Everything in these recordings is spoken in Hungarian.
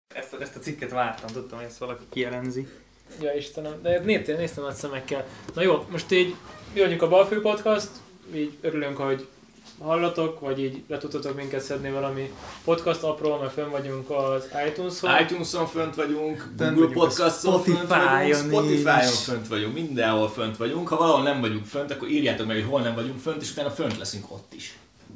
Ezt a cikket vártam, tudtam, hogy ezt valaki kielemzi. Ja Istenem, de néztem a szemekkel. Na jó, most így mi vagyunk a Balfő Podcast, így örülünk, hogy hallatok, vagy így le tudtatok minket szedni valami podcast appról, mert fönn vagyunk az iTunes-on. iTunes-on fönt vagyunk, Google Podcast-on fönt vagyunk, Spotify-on fönt vagyunk, mindenhol fönt vagyunk. Ha valahol nem vagyunk fönt, akkor írjátok meg, hogy hol nem vagyunk fönt, és utána fönt leszünk ott is.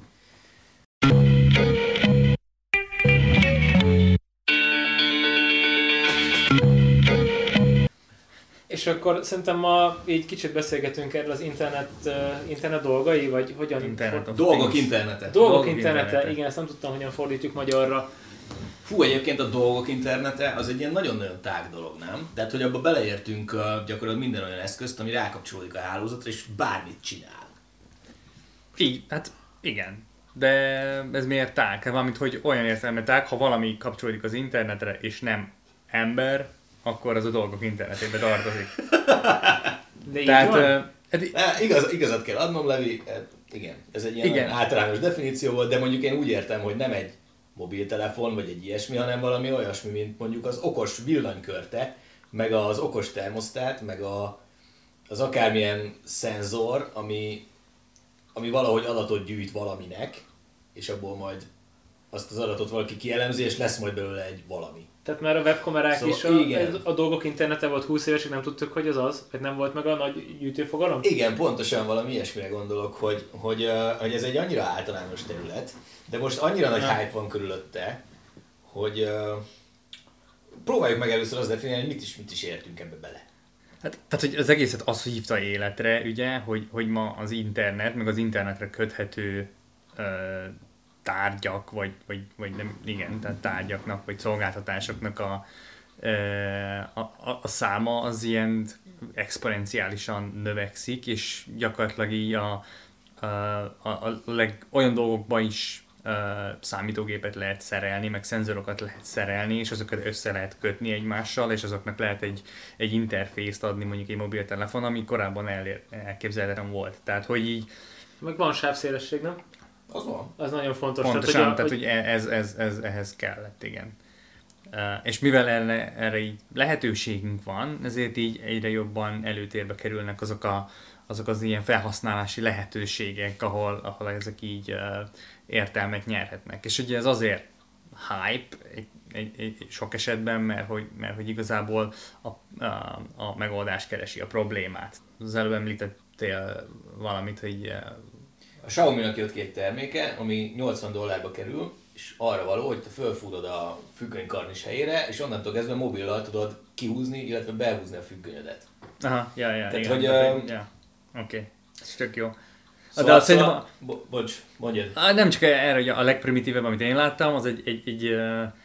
És akkor szerintem ma így kicsit beszélgetünk erről az internet dolgai, vagy hogyan... Dolgok internete. Dolgok internete, igen, ezt nem tudtam, hogyan fordítjuk magyarra. Fú, egyébként a dolgok internete az egy ilyen nagyon-nagyon tág dolog, nem? Tehát, hogy abba beleértünk gyakorlatilag minden olyan eszközt, ami rákapcsolódik a hálózatra, és bármit csinál. Így, hát igen. De ez miért tág? Hát valamint, hogy olyan értelemben tág, ha valami kapcsolódik az internetre, és nem ember, akkor az a dolgok internetébe tartozik. De így van? Igazat kell adnom, Levi, igen, ez egy ilyen általános definíció volt, de mondjuk én úgy értem, hogy nem egy mobiltelefon vagy egy ilyesmi, hanem valami olyasmi, mint mondjuk az okos villanykörte, meg az okos termosztát, meg az akármilyen szenzor, ami valahogy adatot gyűjt valaminek, és abból majd azt az adatot valaki kielemzi, és lesz majd belőle egy valami. Tehát már a webkamerák Szóval is a dolgok internete volt 20 évesig, nem tudtuk, hogy az, vagy nem volt meg a nagy gyűjtőfogalom? Igen, pontosan valami ilyesmire gondolok, hogy ez egy annyira általános terület, de most annyira nagy hype van körülötte, hogy próbáljuk meg először azt definiálni, hogy mit is értünk ebbe bele. Hát, tehát, hogy az egészet az hívta életre, ugye, hogy ma az internet, meg az internetre köthető tárgyak, vagy nem, igen, tehát tárgyaknak, vagy szolgáltatásoknak a száma az ilyen exponenciálisan növekszik, és gyakorlatilag így olyan dolgokban is számítógépet lehet szerelni, meg szenzorokat lehet szerelni, és azokat össze lehet kötni egymással, és azoknak lehet egy interfészt adni, mondjuk egy mobiltelefon, ami korábban elképzelhetetlen volt. Tehát, hogy így... Meg van sávszélesség, nem? Az van. Az nagyon fontos. Pontosan, tehát hogy ez ehhez kellett, igen. És mivel erre így lehetőségünk van, ezért így egyre jobban előtérbe kerülnek azok az ilyen felhasználási lehetőségek, ahol ezek így értelmet nyerhetnek. És ugye ez azért hype egy sok esetben, mert hogy igazából a megoldás keresi a problémát. Az előbb említettél valamit, hogy... A Xiaomi-nak jött ki egy terméke, ami $80 kerül, és arra való, hogy te fölfúrod a függönykarnis helyére, és onnantól kezdve mobillal tudod kihúzni, illetve behúzni a függönyödet. Aha, Tehát, igen. hogy... Oké, ez tök jó. Szóval, szerintem... Bocs, mondjad. Nem csak erre, hogy a legprimitívebb, amit én láttam, az egy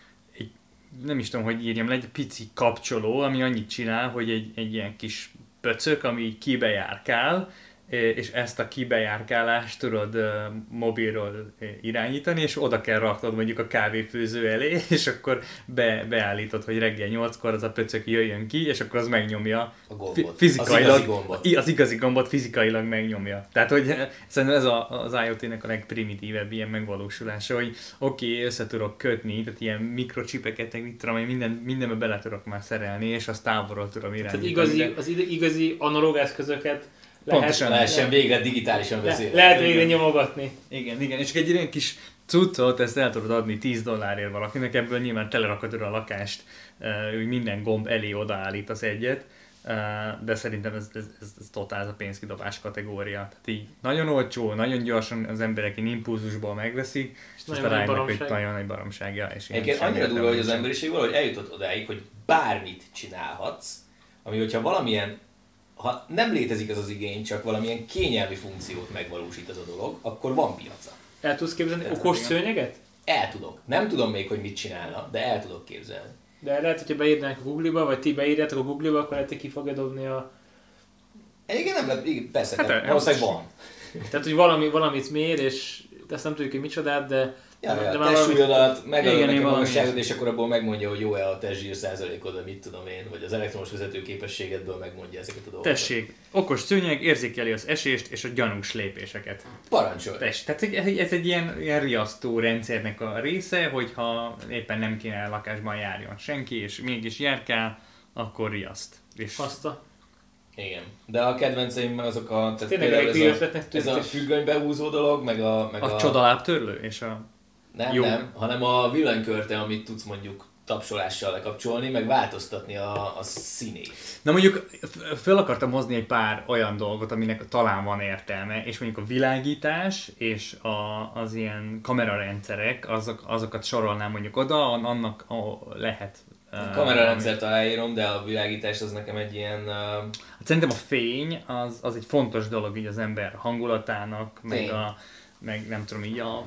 nem is tudom, hogy írjam le, egy pici kapcsoló, ami annyit csinál, hogy egy ilyen kis pöcök, ami így kibejárkál, és ezt a kibejárkálást tudod mobilról irányítani, és oda kell raknod mondjuk a kávéfőző elé, és akkor beállítod, hogy reggel 8-kor az a pöcök jöjjön ki, és akkor az megnyomja a gombot. Fizikailag, az igazi gombot fizikailag megnyomja. Tehát, hogy szerintem ez az IoT-nek a legprimitívebb ilyen megvalósulása, hogy oké, össze tudok kötni, tehát ilyen mikrocsipeket, mit tudom, mindenbe bele tudok már szerelni, és azt távolról tudom irányítani. Tehát az igazi analóg eszközöket lehessen végre digitálisan beszélni. Lehet végre nyomogatni. Igen, és egy ilyen kis cuccot, ezt el tudod adni $10 valakinek, ebből nyilván telerakod a lakást, hogy minden gomb elé odaállít az egyet, de szerintem ez totál a pénzkidobás kategória. Tehát így nagyon olcsó, nagyon gyorsan az emberek impulzusból megveszik, és aztán rájönnek, hogy nagyon nagy baromságja. Egyébként annyira durva, hogy az emberiség valahogy eljutott odáig, hogy bármit csinálhatsz, ami hogyha valamilyen, ha nem létezik ez az igény, csak valamilyen kényelmi funkciót megvalósít ez a dolog, akkor van piaca. El tudsz képzelni okos szőnyeget? El tudok. Nem tudom még, hogy mit csinálna, de el tudok képzelni. De lehet, hogyha beírnánk a Google-ba, vagy ti beírjátok a Google-ba, akkor lehet, hogy ki fogja dobni a... Igen, nem lehet, persze, hát valószínűleg van. Tehát, hogy valamit mér, és ezt nem tudjuk, hogy micsodát, de Ja, testsúlyodat, megadod neki a magasságot, és akkor abból megmondja, hogy jó-e a testzsír százalékod, de mit tudom én, vagy az elektromos vezető képességedből megmondja ezeket a dolgokat. Tessék, okos szőnyeg érzékeli az esést és a gyanús lépéseket. Parancsolj! Tehát ez egy ilyen riasztó rendszernek a része, hogyha éppen nem kéne a lakásban járjon senki, és mégis járkál, akkor riaszt. És igen. De a kedvenceim azok a... Tényleg ez a függönybe húzó dolog, meg a csodalábtörlő és a... Nem, hanem a villanykörte, amit tudsz mondjuk tapsolással lekapcsolni, meg változtatni a színét. Na mondjuk fel akartam hozni egy pár olyan dolgot, aminek talán van értelme, és mondjuk a világítás és az ilyen kamerarendszerek, azokat sorolnám mondjuk oda, annak lehet. A kamerarendszert aláírom, de a világítás az nekem egy ilyen... Szerintem a fény az egy fontos dolog így az ember hangulatának, meg nem tudom így a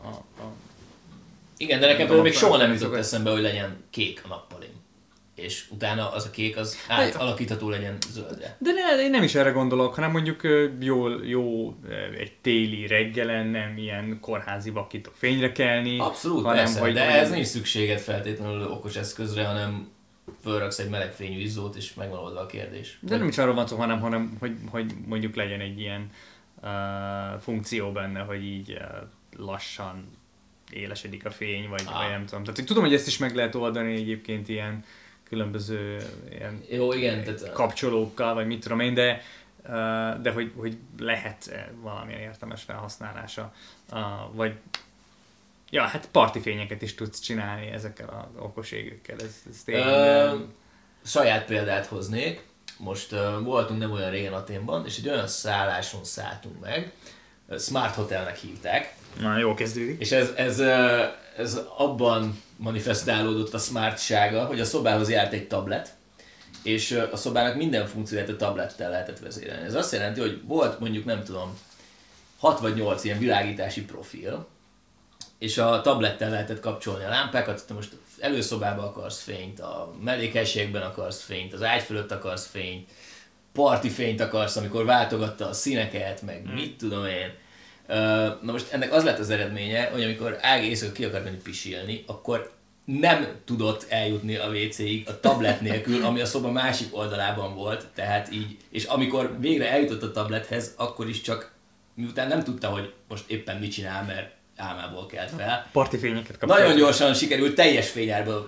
igen, de nekem még soha nem jutott eszembe, hogy legyen kék a nappalim. És utána az a kék az átalakítható legyen zöldre. De én nem is erre gondolok, hanem mondjuk jó egy téli reggelen nem ilyen kórházi vakító fényre kelni. Abszolút, hanem, persze, de ez nincs szükséged feltétlenül okos eszközre, hanem fölraksz egy melegfényű izzót, és megvan oldva a kérdés. De nem is arról van szó, hanem hogy mondjuk legyen egy ilyen funkció benne, hogy így lassan élesedik a fény, vagy nem tudom. Tehát tudom, hogy ezt is meg lehet oldani egyébként ilyen különböző ilyen jó, igen, tehát kapcsolókkal, vagy mit tudom én, de hogy lehet valamilyen értelmes felhasználása. Vagy hát partifényeket is tudsz csinálni ezekkel az okos égőkkel. Ez tényleg... Saját példát hoznék. Most voltunk nem olyan régen Athénban, és egy olyan szálláson szálltunk meg, Smart Hotelnek hívták. Na, jó kezdődik. És ez abban manifestálódott a smartsága, hogy a szobához járt egy tablet, és a szobának minden funkcióját a tablettel lehetett vezérelni. Ez azt jelenti, hogy volt mondjuk nem tudom 6 vagy 8 ilyen világítási profil, és a tablettel lehetett kapcsolni a lámpákat, te most előszobába akarsz fényt, a mellékhelységben akarsz fényt, az ágy fölött akarsz fényt, parti fényt akarsz, amikor váltogatta a színeket, meg mit tudom én. Na most ennek az lett az eredménye, hogy amikor Ági éjszaka ki akart menni pisilni, akkor nem tudott eljutni a WC-ig a tablet nélkül, ami a szoba másik oldalában volt, tehát így, és amikor végre eljutott a tablethez, akkor is csak miután nem tudta, hogy most éppen mit csinál, mert álmából kelt fel. Partifényeket kapcsolat. Nagyon gyorsan sikerült teljes fényárből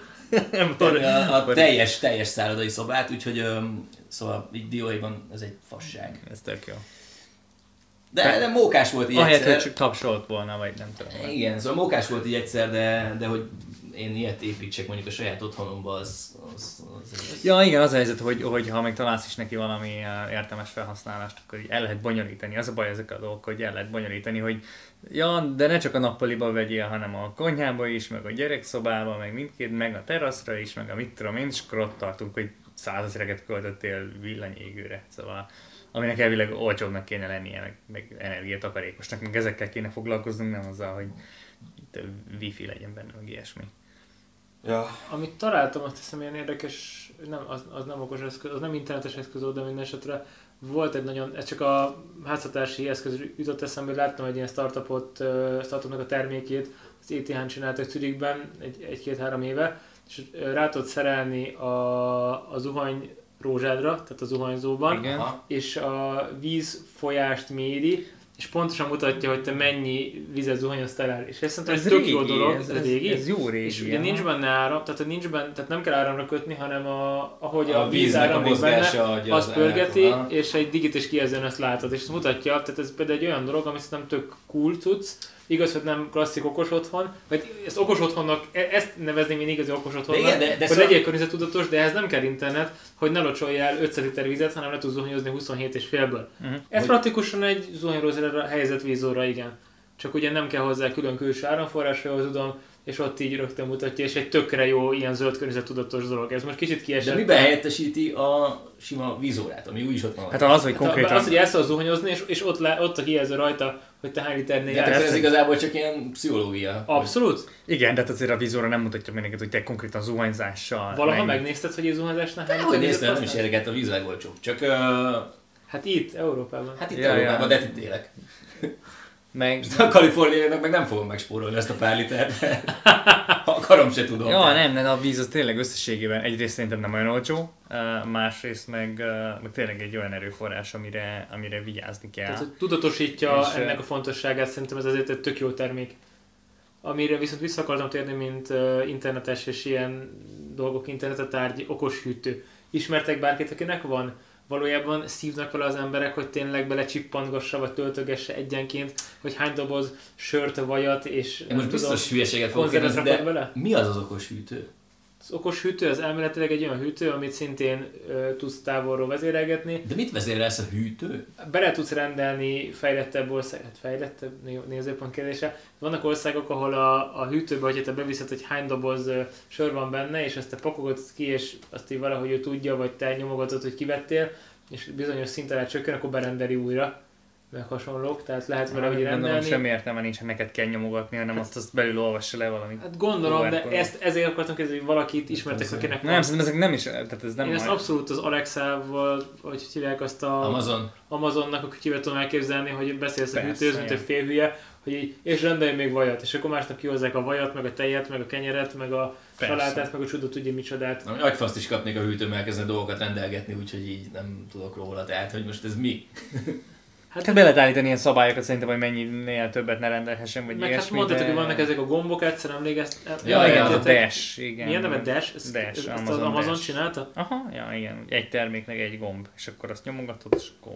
a teljes szállodai szobát, úgyhogy szóval így dióhéjban ez egy fasság. Ez tök jó. De mókás volt így egyszer. Ahelyett, hogy csak tapsolt volna, vagy nem tudom. Igen, szóval mókás volt így egyszer, de hogy én ilyet építsek mondjuk a saját otthonomba, az... Ja, igen, az a helyzet, hogy ha meg találsz is neki valami értelmes felhasználást, akkor így el lehet bonyolítani. Az a baj ezek a dolgok, hogy el lehet bonyolítani, hogy ja, de ne csak a nappaliba vegyél, hanem a konyhába is, meg a gyerekszobába, meg mindkét, meg a teraszra is, meg a mit tudom én, és akkor ott tartunk, hogy 100 000-et költöttél villanyégőre. Szóval aminek elvileg olcsóbbnak kéne lennie, meg energiatakarékosnak, meg ezekkel kéne foglalkoznunk, nem azzal, hogy itt wifi legyen benne, meg ilyesmi. Ja. Amit találtam, azt hiszem ilyen érdekes, nem, az nem okos eszköz, az nem internetes eszköz, de minden esetre volt egy nagyon, ez csak a háztartási eszköz jutott eszembe, hogy láttam egy ilyen startupnak a termékét, az ETH-n csináltak Zürichben egy-két-három éve, és rá tudod szerelni a zuhany rózsádra, tehát a zuhanyzóban, igen. És a vízfolyást méri, és pontosan mutatja, hogy te mennyi vizet zuhanyoztál el. És ez szerintem tök jó dolog, ez régi. Ez jó régi. És ugye nincs benne áram, tehát nem kell áramra kötni, hanem ahogy a víz áramlik benne, azt pörgeti, és egy digitális kijelzőn ezt látod. És ezt mutatja, tehát ez például egy olyan dolog, ami szerintem tök cool cucc. Igaz, hogy nem klasszik okos otthon, vagy ezt okos otthonnak, ezt nevezném én igazi okos otthonnak, hogy legyél környezettudatos, de ehhez nem kell internet, hogy ne locsolj el 500 liter vizet, hanem le tudsz zuhanyozni 27,5-ből. Ez praktikusan egy zuhanyrózsára helyezett vízóra, igen. Csak ugye nem kell hozzá külön külső áramforrás, jól tudom, és ott így rögtön mutatja, és egy tökre jó ilyen zöld környezettudatos dolog. Ez most kicsit kiesett. De miben helyettesíti a sima vízórát, ami úgy is ott van? Hát az, hogy konkrétan... Az, hogy el tudsz zuhanyozni, és ott a kijelző rajta, hogy te hány liternél jársz. De ez igazából csak ilyen pszichológia. Abszolút. Hogy... Igen, de azért a vízóra nem mutatja mindenket, hogy te konkrétan zuhanyzással... Valaha megnézted, hogy egy zuhanyzásnál hány liter néztem, nem is érdekelt, a víz legolcsóbb. Csak... Hát itt, Európában. Hát itt Európában, de itt élek. Meg... A kaliforniaiaknak meg nem fogom megspórolni ezt a pár litert. Ha akarom, se tudom. Ja, nem, a víz az tényleg összességében egyrészt szerintem nem olyan olcsó, másrészt meg tényleg egy olyan erőforrás, amire vigyázni kell. Tehát, hogy tudatosítja ennek a fontosságát, szerintem ez azért egy tök jó termék. Amire viszont vissza akartam térni, mint internetes és ilyen dolgok, internetetárgy, okos hűtő. Ismertek bárkit, akinek van? Valójában szívnak vele az emberek, hogy tényleg belecsippantgassa, vagy töltögesse egyenként, hogy hány doboz sört, vajat, és én most biztos hülyeséget fogok kérdezni, de bele? Mi az okos hűtő? Az okos hűtő az elméletileg egy olyan hűtő, amit szintén tudsz távolról vezérelgetni. De mit vezérelsz a hűtő? Bele tudsz rendelni fejlettebb fejlettebb nézőpont kérdése. Vannak országok, ahol a hűtőbe, hogyha te beviszed, hogy hány doboz sör van benne, és azt te pakogatsz ki, és azt így valahogy ő tudja, vagy te nyomogatod, hogy kivettél, és bizonyos szinten rá csökken, akkor berendeli újra. Meg hasonlók, tehát lehet vele úgy rendelni. Gondolom, semmi értelme nincs, ha neked kell nyomogatni, hanem azt belül olvassa le valamit. Hát gondolom, de ezért akartam kérdezni, hogy valakit ismertek, akinek nem, szerintem ezek nem is, tehát ez nem. Én ezt abszolút az Alexával, vagy hívják azt Amazonnak a kütyével tudom elképzelni, hogy beszélsz a hűtőhöz, mint egy félhülye, hogy így, és rendelj még vajat, és akkor másnap kihozzák a vajat, meg a tejet, meg a kenyeret, meg a salátát, meg a csuda tudja micsodát. Agyfaszt is kapnék a hűtőmmel elkezdeni dolgokat rendelgetni, úgyhogy így nem tudok róla, tehát hogy most ez mi? Hát be lehet állítani ilyen szabályokat szerintem, hogy mennyinél többet ne rendelhessen, vagy meg ilyesmi. Hát mondtad, hogy vannak ezek a gombok, egyszer emlékeztem. Ja, igen, az a Dash, igen. Milyen neve Dash? Dash, ezt az Amazon csinálta? Aha, ja, igen. Egy terméknek egy gomb, és akkor azt nyomogatod,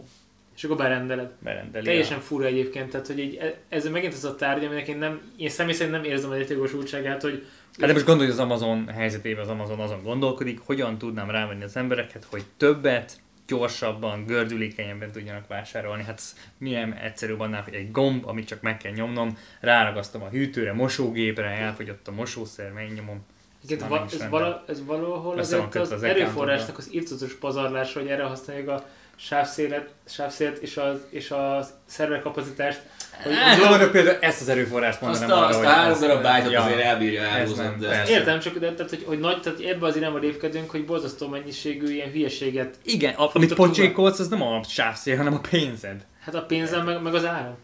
és akkor berendeled. Teljesen fura egyébként, tehát hogy így, ez megint az a tárgy, aminek én személy szerint nem érzem a létjogosultságát, hogy... Hát de most gondolj az Amazon helyzetében, az Amazon azon gondolkodik, hogyan tudnám rávenni az embereket, hogy többet, gyorsabban, gördülékenyebben tudjanak vásárolni. Hát milyen egyszerűbb annál, hogy egy gomb, amit csak meg kell nyomnom, ráragasztom a hűtőre, mosógépre, elfogyott a mosószer, megnyomom. Ez valahol az erőforrásnak az irtózatos pazarlása, hogy erre használjuk a sávszélet és a szerverkapacitást. Hát, például ezt az erőforrást mondanám arra, hogy... Azt a 3 darab bájtot azért elbírja elhúzni. Értem, csak hogy nagy, tehát ebbe az irányba lépkedünk, hogy borzasztó mennyiségű ilyen hülyeséget... Igen, amit pocsékolsz, az nem a sávszél, hanem a pénzed. Hát a pénzem meg az áram.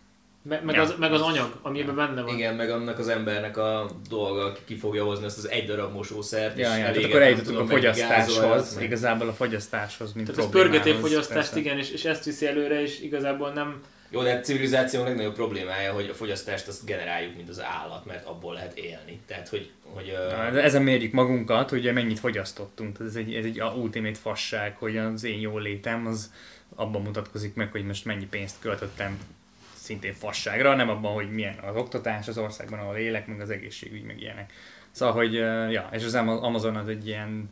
Meg az anyag, amiben benne van. Igen, meg annak az embernek a dolga, ki fogja hozni azt az egy darab mosószert. Ja, tehát akkor eljutottunk a fogyasztáshoz, igazából a fogyasztáshoz, mint tehát problémához. Tehát ez fogyasztást, igen, és ezt viszi előre, és igazából nem... Jó, de a civilizáció legnagyobb problémája, hogy a fogyasztást azt generáljuk, mint az állat, mert abból lehet élni. Tehát, hogy de ezen mérjük magunkat, hogy mennyit fogyasztottunk. Ez egy ultimate fasság, hogy az én jól létem az abban mutatkozik meg, hogy most mennyi pénzt költöttem szintén fasságra, nem abban, hogy milyen az oktatás az országban, ahol élek, meg az egészségügy, meg ilyenek. Szóval, hogy ja, és az Amazon az egy ilyen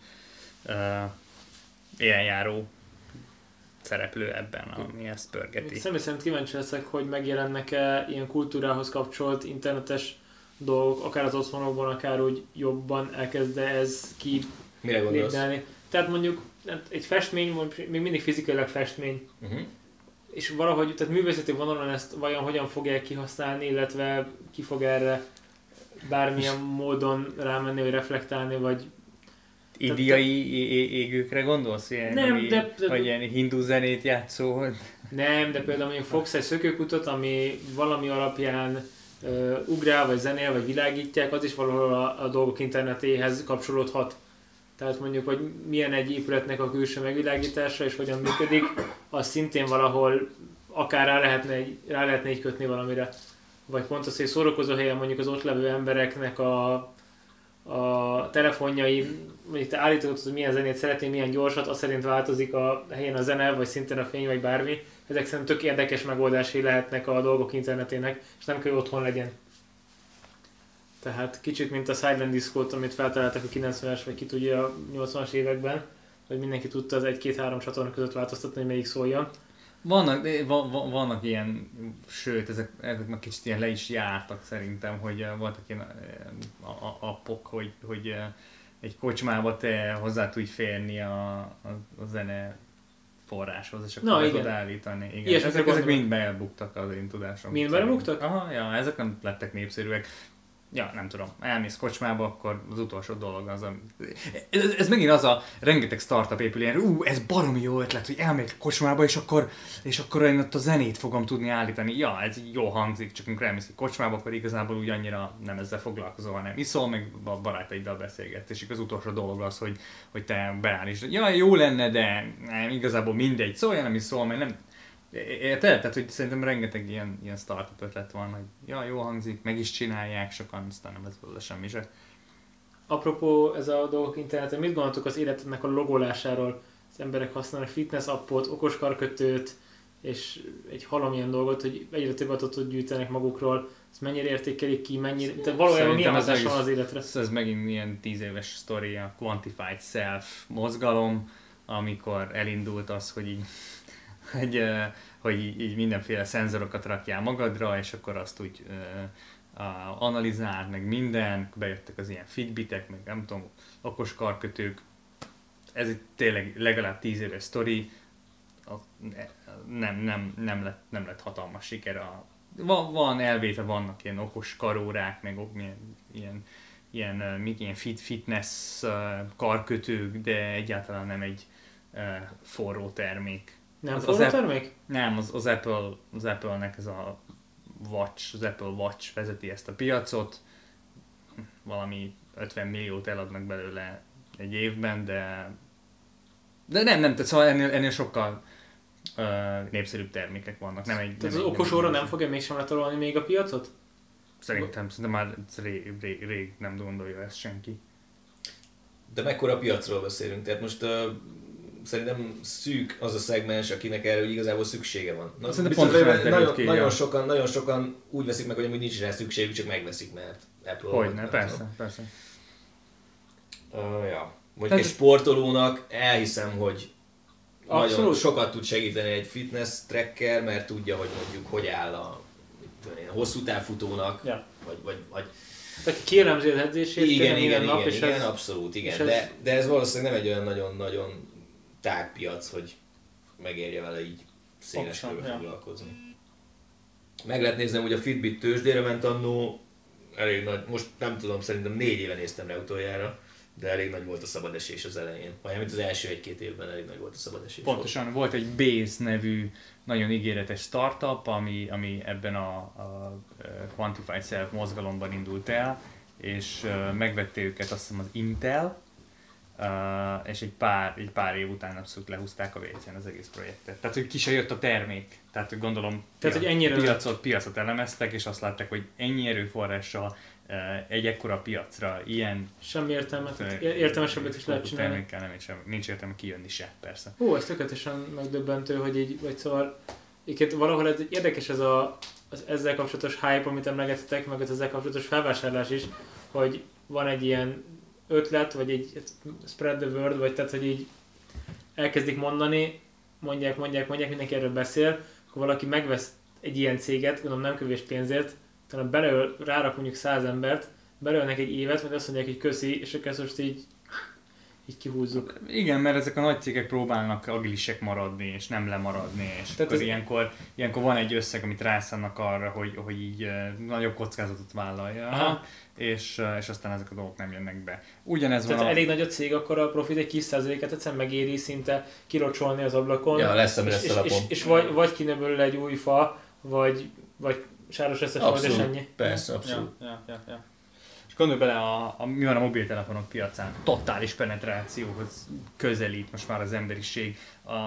élenjáró szereplő ebben, ami ezt pörgeti. Személy szerint kíváncsi leszek, hogy megjelennek-e ilyen kultúrához kapcsolt internetes dolgok, akár az otthonokban, akár úgy jobban elkezd ez kilépdelni. Tehát mondjuk egy festmény, még mindig fizikailag festmény, és valahogy, tehát művészeti vonalon ezt vajon hogyan fogják kihasználni, illetve ki fog erre bármilyen módon rámenni, vagy reflektálni, vagy... Indiai égőkre gondolsz? Ilyen, nem, vagy ilyen hindu zenét játszó? Nem, de például mondjuk fogsz egy szökőkutat, ami valami alapján ugrál, vagy zenél, vagy világítják, az is valahol a dolgok internetéhez kapcsolódhat. Tehát mondjuk, hogy milyen egy épületnek a külső megvilágítása, és hogyan működik, az szintén valahol akár rá lehetne így kötni valamire. Vagy pont az, hogy szórakozó helyen mondjuk az ott levő embereknek a telefonjai, mondjuk te állítod, hogy milyen zenét szeretnél, milyen gyorsat, az szerint változik a helyen a zene, vagy szintén a fény, vagy bármi. Ezek szerintem tök érdekes megoldásai lehetnek a dolgok internetének, és nem kell, hogy otthon legyen. Tehát kicsit mint a Silent Disco-t, amit feltaláltak a 90-es, vagy ki tudja a 80-as években, hogy mindenki tudta az 1-2-3 csatorna között változtatni, hogy melyik szóljon. Vannak ilyen, sőt, ezek már kicsit ilyen le is jártak szerintem, hogy voltak ilyen appok, hogy egy kocsmába te hozzá tudj férni a zene forráshoz, és akkor tudod állítani. Igen. Ezek mind belebuktak az én tudásom. Mind belebuktak? Aha, ja, ezek nem lettek népszerűek. ja, nem tudom, elmész kocsmába, akkor az utolsó dolog az, ez megint az a rengeteg startup épül ilyen, ez baromi jó ötlet, hogy elmegyek kocsmába, és akkor én ott a zenét fogom tudni állítani. Ja, ez jó hangzik, csak amikor elmész kocsmába, akkor igazából úgy annyira nem ezzel foglalkozol, hanem iszol, meg a barátaiddal beszélgetsz, és az utolsó dolog az, hogy te beállíts. Ja, jó lenne, de nem, igazából mindegy, szólja, nem is szól, mert nem. Érted? Tehát, hogy szerintem rengeteg ilyen startup ötlet van, hogy ja, jó hangzik, meg is csinálják, sokan aztán nem lesz belőle semmi se. Apropó ez a dolgok interneten, mit gondoltok az életednek a logolásáról? Az emberek használnak fitness appot, okos karkötőt, és egy halom ilyen dolgot, hogy egyre többet adatot gyűjtenek magukról, ezt mennyire értékelik ki, mennyire, valójában milyen hatás van az életre? Ez megint ilyen 10 éves sztori, a Quantified Self mozgalom, amikor elindult az, hogy így mindenféle szenzorokat rakjál magadra, és akkor azt úgy analizál, meg minden, bejöttek az ilyen Fitbitek, meg nem tudom, okos karkötők. Ez itt tényleg legalább 10 éves sztori, nem lett hatalmas siker. Van elvéve, vannak ilyen okos karórák, meg ilyen fitness karkötők, de egyáltalán nem egy forró termék. Nem forró termék? Nem, az Apple-nek ez a Watch, az Apple Watch vezeti ezt a piacot. Valami 50 milliót eladnak belőle egy évben, de nem, tehát szóval ennél sokkal népszerűbb termékek vannak. Tehát az okos óra nem fogja mégsem letolni még a piacot? Szerintem már rég nem gondolja ezt senki. De mekkora piacról beszélünk? Tehát most szerintem szűk az a szegmens, akinek erre igazából szüksége van. Nagyon sokan úgy veszik meg, hogy amúgy nincs rá szükségük, csak megveszik, mert Apple. Hogyne, persze. Ja. Mondjuk egy sportolónak elhiszem, hogy nagyon sokat tud segíteni egy fitness tracker, mert tudja, hogy mondjuk hogy áll a hosszú távfutónak, vagy tehát kielemzi az edzését igen, abszolút, igen. De ez valószínűleg nem egy olyan nagyon tág piac, hogy megérje vele így széles körül foglalkozni. Meg lehet nézni, hogy a Fitbit tőzsdére ment annó, elég nagy, most nem tudom, szerintem 4 éve néztem rá utoljára, de elég nagy volt a szabadesés az elején. Vagy mint az első 1-2 évben elég nagy volt a szabadesés. Pontosan, volt egy Base nevű nagyon ígéretes startup, ami ebben a Quantified Self mozgalomban indult el, és megvette őket azt hiszem az Intel, és egy pár év után abszolút lehúzták a WC-n az egész projektet. Tehát, hogy ki se jött a termék. Tehát gondolom piacot elemeztek, és azt látták, hogy ennyi erőforrással egy ekkora piacra ilyen... Semmi értelmesebbet is lehet csinálni. Nincs értelme kijönni se, persze. Ez tökéletesen megdöbbentő, hogy így, vagy szóval valahol ez érdekes az ezzel kapcsolatos hype, amit emlegettetek, meg az ezzel kapcsolatos felvásárlás is, hogy van egy ilyen ötlet, vagy egy spread the word, vagy tehát, hogy így elkezdik mondani, mondják, mindenki erről beszél, akkor valaki megvesz egy ilyen céget, gondolom nem kevés pénzért, utána rárak mondjuk 100 embert, belőlnek egy évet, majd azt mondják, hogy köszi, és akkor ezt most így kihúzzuk. Igen, mert ezek a nagy cégek próbálnak agilisek maradni, és nem lemaradni, és tehát akkor ilyenkor van egy összeg, amit rászánnak arra, hogy így nagyobb kockázatot vállalja, és aztán ezek a dolgok nem jönnek be. Ugyanez tehát elég nagy a cég, akkor a profit egy 10%-et egyszerűen megéri szinte kilocsolni az ablakon. Ja, lesz és vagy kinő belőle egy új fa, vagy sáros összes vagy, és ennyi. Persze, abszolút. Ja. Gondolj bele, mi van a mobiltelefonok piacán, totális penetrációhoz közelít most már az emberiség.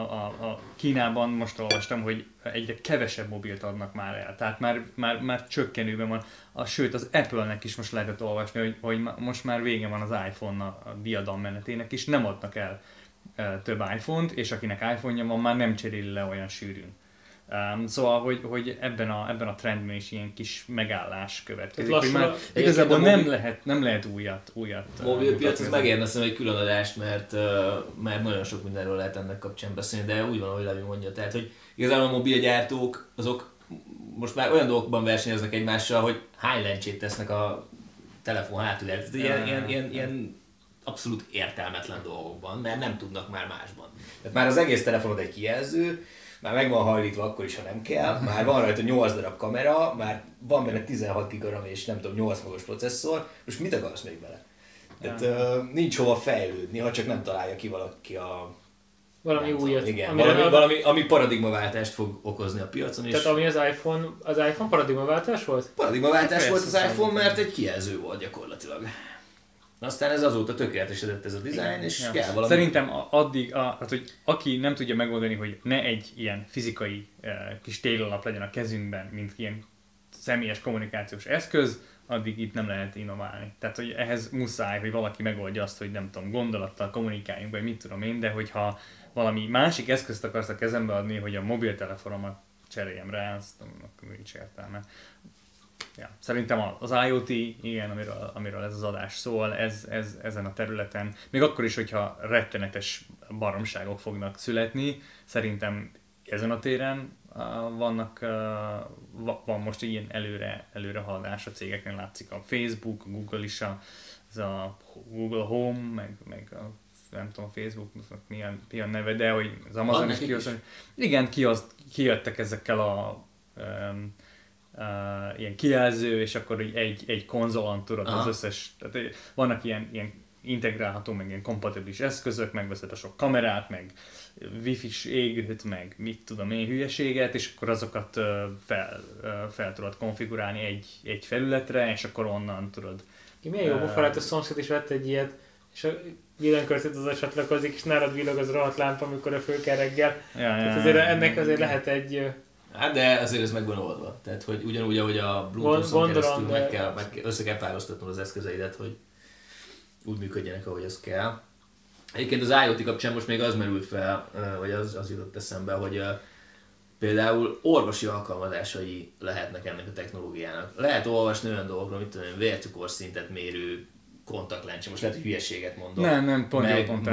A Kínában most olvastam, hogy egyre kevesebb mobilt adnak már el, tehát már csökkenőben van. Sőt, az Apple-nek is most lehetett olvasni, hogy most már vége van az iPhone a diadal menetének is, nem adnak el több iPhone-t, és akinek iPhone-ja van, már nem cseréli le olyan sűrűn. Szóval, hogy ebben a trendben is ilyen kis megállás következik, hogy már igazából nem lehet újat. Mobilpiac, ez megérne egy külön adást, mert nagyon sok mindenről lehet ennek kapcsán beszélni, de úgy van, ahogy Levi mondja. Tehát, hogy igazából a mobilgyártók, azok most már olyan dolgokban versenyeznek egymással, hogy hány lencsét tesznek a telefon hátuljára. Ilyen abszolút értelmetlen dolgokban, mert nem tudnak már másban. Tehát már az egész telefonod egy kijelző, már meg van hajlítva akkor is, ha nem kell, már van rajta 8 darab kamera, már van benne 16 GB RAM és nem tudom, 8 magos processzor, most mit akarsz még bele? Tehát nincs hova fejlődni, ha csak nem találja ki valaki valami újat. Igen, ami paradigmaváltást fog okozni a piacon. Tehát ami az iPhone paradigmaváltás volt? Paradigmaváltás volt az iPhone, mert egy kijelző volt gyakorlatilag. Aztán ez azóta tökéletesedett ez a dizájn, és kell valami... Szerintem addig, hát, hogy aki nem tudja megoldani, hogy ne egy ilyen fizikai kis téglalap legyen a kezünkben, mint ilyen személyes kommunikációs eszköz, addig itt nem lehet innoválni. Tehát, hogy ehhez muszáj, hogy valaki megoldja azt, hogy nem tudom, gondolattal kommunikáljunk, vagy mit tudom én, de hogyha valami másik eszközt akarsz a kezembe adni, hogy a mobiltelefonomat cseréljem rá, azt akkor nincs értelme. Ja, szerintem az IoT, igen, amiről ez az adás szól, ez ezen a területen, még akkor is, hogyha rettenetes baromságok fognak születni, szerintem ezen a téren van most ilyen előre haladás a cégeknél, látszik a Facebook, a Google is, ez a Google Home, meg a, nem tudom, a Facebooknak mi a neve, de hogy az Amazon is kihozott. Igen, kijöttek ezekkel a ilyen kijelző, és akkor egy konzolon tudod az összes, tehát vannak ilyen integrálható, meg ilyen kompatibilis eszközök, megveszed a sok kamerát, meg wifi-s égőt, meg mit tudom én hülyeséget, és akkor azokat fel tudod konfigurálni egy felületre, és akkor onnan tudod. Milyen jó bufalat, a szomszéd is vett egy ilyet, és a villanykörtét az csatlakozik, és nálad villog az rohadt lámpa, amikor a fő kell reggel. Tehát azért ennek azért lehet egy... Hát de azért ez meg van oldva. Tehát, hogy ugyanúgy, ahogy a Bluetooth-on keresztül össze kell párosztatnod az eszközeidet, hogy úgy működjenek, ahogy az kell. Egyébként az IoT kapcsán most még az merült fel, vagy az jutott eszembe, hogy például orvosi alkalmazásai lehetnek ennek a technológiának. Lehet olvasni olyan dolgokról, mint tudom, vércukorszintet mérő kontaktlencse. Most lehet, hogy hülyeséget mondok. Nem, pont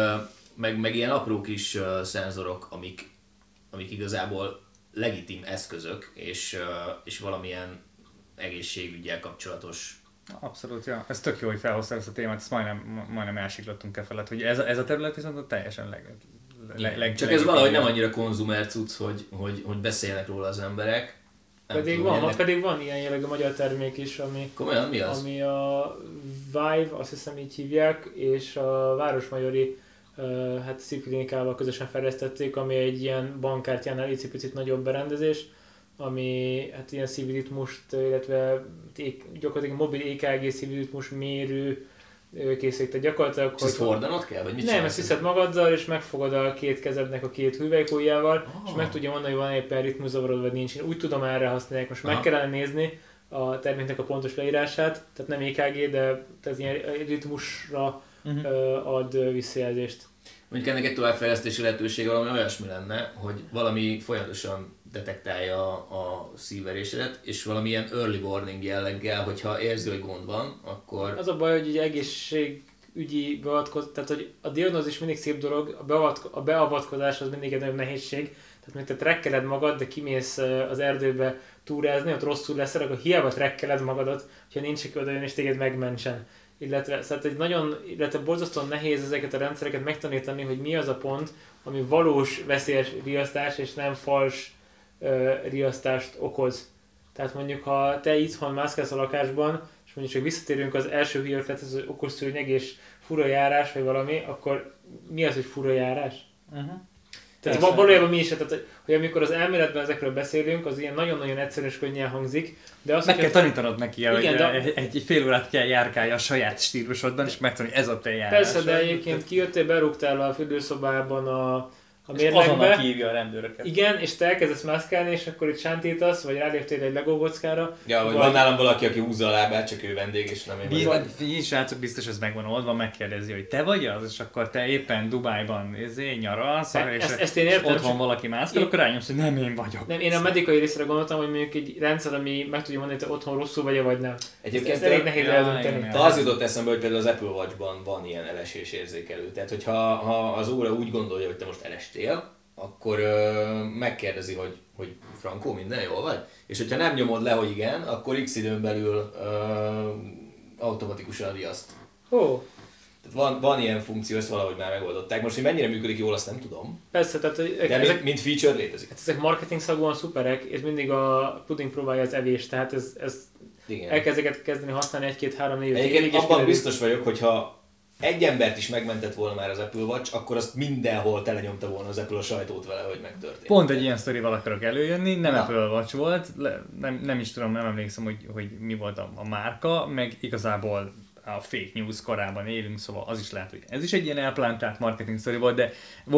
meg ilyen apró kis szenzorok, amik igazából legitim eszközök, és valamilyen egészségüggyel kapcsolatos. Abszolút, ja. Ez tök jó, hogy felhoztál ezt a témát, ezt majdnem elsiklottunk e felett, hogy ez a terület viszont teljesen csak ez valahogy nem annyira konzumer cucc, hogy beszélnek róla az emberek. Pedig van ilyen jellegű magyar termék is, komolyan, mi az? Ami a Vive, azt hiszem így hívják, és a Városmajori szívklinikával közösen fejlesztették, ami egy ilyen bankkártyánál icipicit nagyobb berendezés, ami hát ilyen szívritmust, illetve gyakorlatilag mobil EKG szívritmus mérő készítik. Tehát gyakorlatilag, ezt hordanod kell, vagy mit nem, ezt viszed magaddal, és megfogod a két kezednek a két hüvelykujjával, és meg tudja mondani, hogy van éppen ritmuszavarod, vagy nincs. Én úgy tudom, erre használják. Most meg kellene nézni a terméknek a pontos leírását, tehát nem EKG, de tehát ilyen ritmusra ad visszajelzést. Mondjuk ennek egy továbbfejlesztési lehetősége valami olyasmi lenne, hogy valami folyamatosan detektálja a szívverésedet, és valamilyen early warning jelleggel, hogyha érzi, hogy gond van, akkor... Az a baj, hogy egészségügyi beavatkozás, tehát hogy a diagnózis mindig szép dolog, a beavatkozás az mindig egy nagyobb nehézség. Tehát mint te trekkeled magad, de kimész az erdőbe túrázni, ott rosszul leszel, akkor hiába trekkeled magadat, ha nincs aki odajön és téged megmentsen. Illetve borzasztóan nehéz ezeket a rendszereket megtanítani, hogy mi az a pont, ami valós veszélyes riasztás és nem fals riasztást okoz. Tehát mondjuk, ha te itthon mászkálsz a lakásban, és mondjuk csak visszatérünk az első hülye ötlethez, hogy okos szőnyeg és fura járás, vagy valami, akkor mi az, hogy fura járás? Tehát valójában mi is, tehát, hogy amikor az elméletben ezekről beszélünk, az ilyen nagyon-nagyon egyszerű és könnyen hangzik, de azt, meg kell tanítanod neki, hogy egy fél órát kell járkálja a saját stílusodban, és megtanulni, ez a te járás. Persze, de egyébként kijöttél, berúgtál a fürdőszobában a mérlegbe. És azonnal kihívja a rendőröket. Igen, és te elkezdesz mászkálni, és akkor itt sántítasz, vagy ráléptél egy Lego kockára. Ja, vagy van nálam valaki, aki húzza a lábát, csak ő vendég, és nem én vagyok. Srácok, biztos ez megvan oldva, megkérdezi, hogy te vagy az, és akkor te éppen Dubájban nyaralsz, és otthon valaki mászkál, akkor rányomsz, hogy nem én vagyok. Nem, én a medikai részre gondoltam, hogy mondjuk egy rendszer, ami meg tudja mondani, hogy te otthon rosszul vagy nem. Egyébként ez elég nehéz eldönteni. Az jutott eszembe, hogy például az Apple Watch-ban van ilyen elesés érzékelő. Tehát, hogyha az óra úgy gondolja, hogy te most elestél, akkor megkérdezi, hogy Frankó, minden jól vagy? És hogyha nem nyomod le, hogy igen, akkor x időn belül automatikusan riaszt. Van ilyen funkció, ezt valahogy már megoldották. Most, hogy mennyire működik jól, azt nem tudom. Persze, tehát De ezek, mint feature létezik. Hát ezek marketing szakban szuperek, és mindig a puding próbálja az evést, tehát ez elkezdeket kezdeni használni 1-2-3-4 évig. Egyébként abban biztos vagyok, hogyha egy embert is megmentett volna már az Apple Watch, akkor azt mindenhol telenyomta volna az Apple a sajtót vele, hogy megtörtént. Pont egy ilyen sztorival akarok előjönni, nem Apple Watch volt, nem is tudom, nem emlékszem, hogy mi volt a márka, meg igazából a fake news korában élünk, szóval az is lehet, hogy ez is egy ilyen elplántált marketing sztori volt, de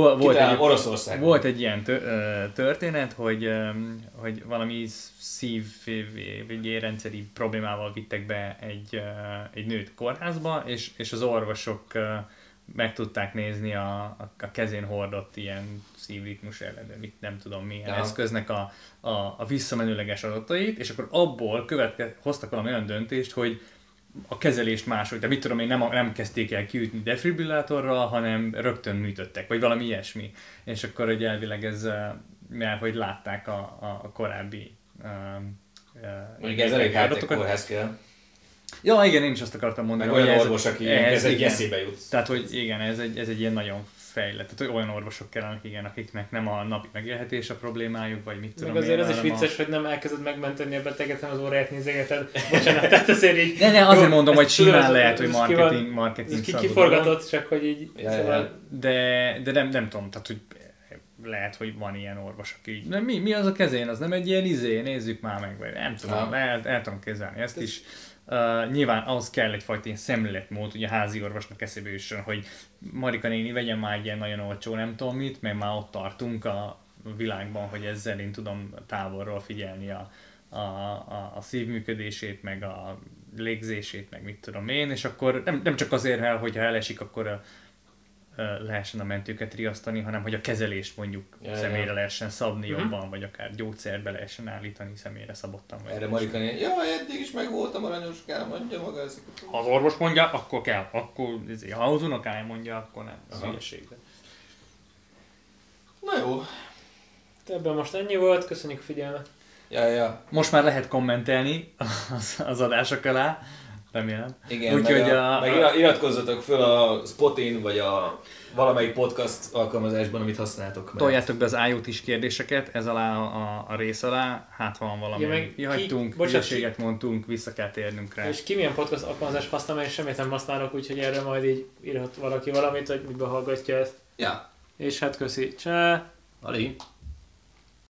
volt egy ilyen történet, hogy valami szívvérrendszeri problémával vittek be egy nőt kórházba, és az orvosok meg tudták nézni a kezén hordott ilyen szívritmus ellenőr, nem tudom milyen eszköznek a visszamenőleges adatait, és akkor abból hoztak valami olyan döntést, hogy a kezelést máshogy, de mit tudom én, nem kezdték el kiütni defibrillátorral, hanem rögtön műtöttek, vagy valami ilyesmi. És akkor hogy elvileg ez, mert hogy látták a korábbi mondjuk ez elég high-tech kórház kell. Ja, igen, én is azt akartam mondani, hogy olyan orvos, aki ez egy eszébe jut. Tehát, hogy igen, ez egy ilyen nagyon fejlett. Tehát olyan orvosok kellenek, igen, akiknek nem a napi megélhetés a problémájuk, vagy mit tudom. Meg azért ez is vicces, hogy nem elkezded megmenteni a beteget, hanem az óráját nézegeted. Bocsánat, tehát azért így... Ne, azért mondom, hogy simán lehet, hogy marketing kiforgatott, csak hogy így... Szóval... De nem tudom, tehát hogy lehet, hogy van ilyen orvos, aki így, mi az a kezén, az nem egy ilyen nézzük már meg, vagy nem tudom, el tudom képzelni ezt is. Nyilván ahhoz kell egyfajta ilyen szemléletmód, hogy a házi orvosnak eszébe jusson, hogy Marika néni vegyen már egy ilyen nagyon olcsó nem tudom mit, mert már ott tartunk a világban, hogy ezzel én tudom távolról figyelni a szívműködését, meg a légzését, meg mit tudom én, és akkor nem csak azért, hogyha elesik, akkor lehessen a mentőket riasztani, hanem hogy a kezelést mondjuk személyre lehessen szabni jobban, vagy akár gyógyszerbe lehessen állítani személyre szabottan. Erre Marika néni, eddig is meg voltam aranyoskám, mondja maga ezeket. Ha az orvos mondja, akkor kell, ha az unokája mondja, akkor nem. Ez hülyeség. Na jó. Ebben most ennyi volt, köszönjük a figyelmet. Ja. Most már lehet kommentelni az adások alá. Remélem. Igen, meg iratkozzatok föl a Spotin, vagy a valamelyik podcast alkalmazásban, amit használtok. Toljátok be az IoT-s kérdéseket ez alá a rész alá, hát van valami. Kihagytunk, hülyeséget mondtunk, vissza kell térnünk rá. És ki milyen podcast alkalmazást használ, mert én semmit nem használok, úgyhogy erre majd így írhat valaki valamit, hogy mibe hallgatja ezt. Ja. És hát köszi. Csá! Ali.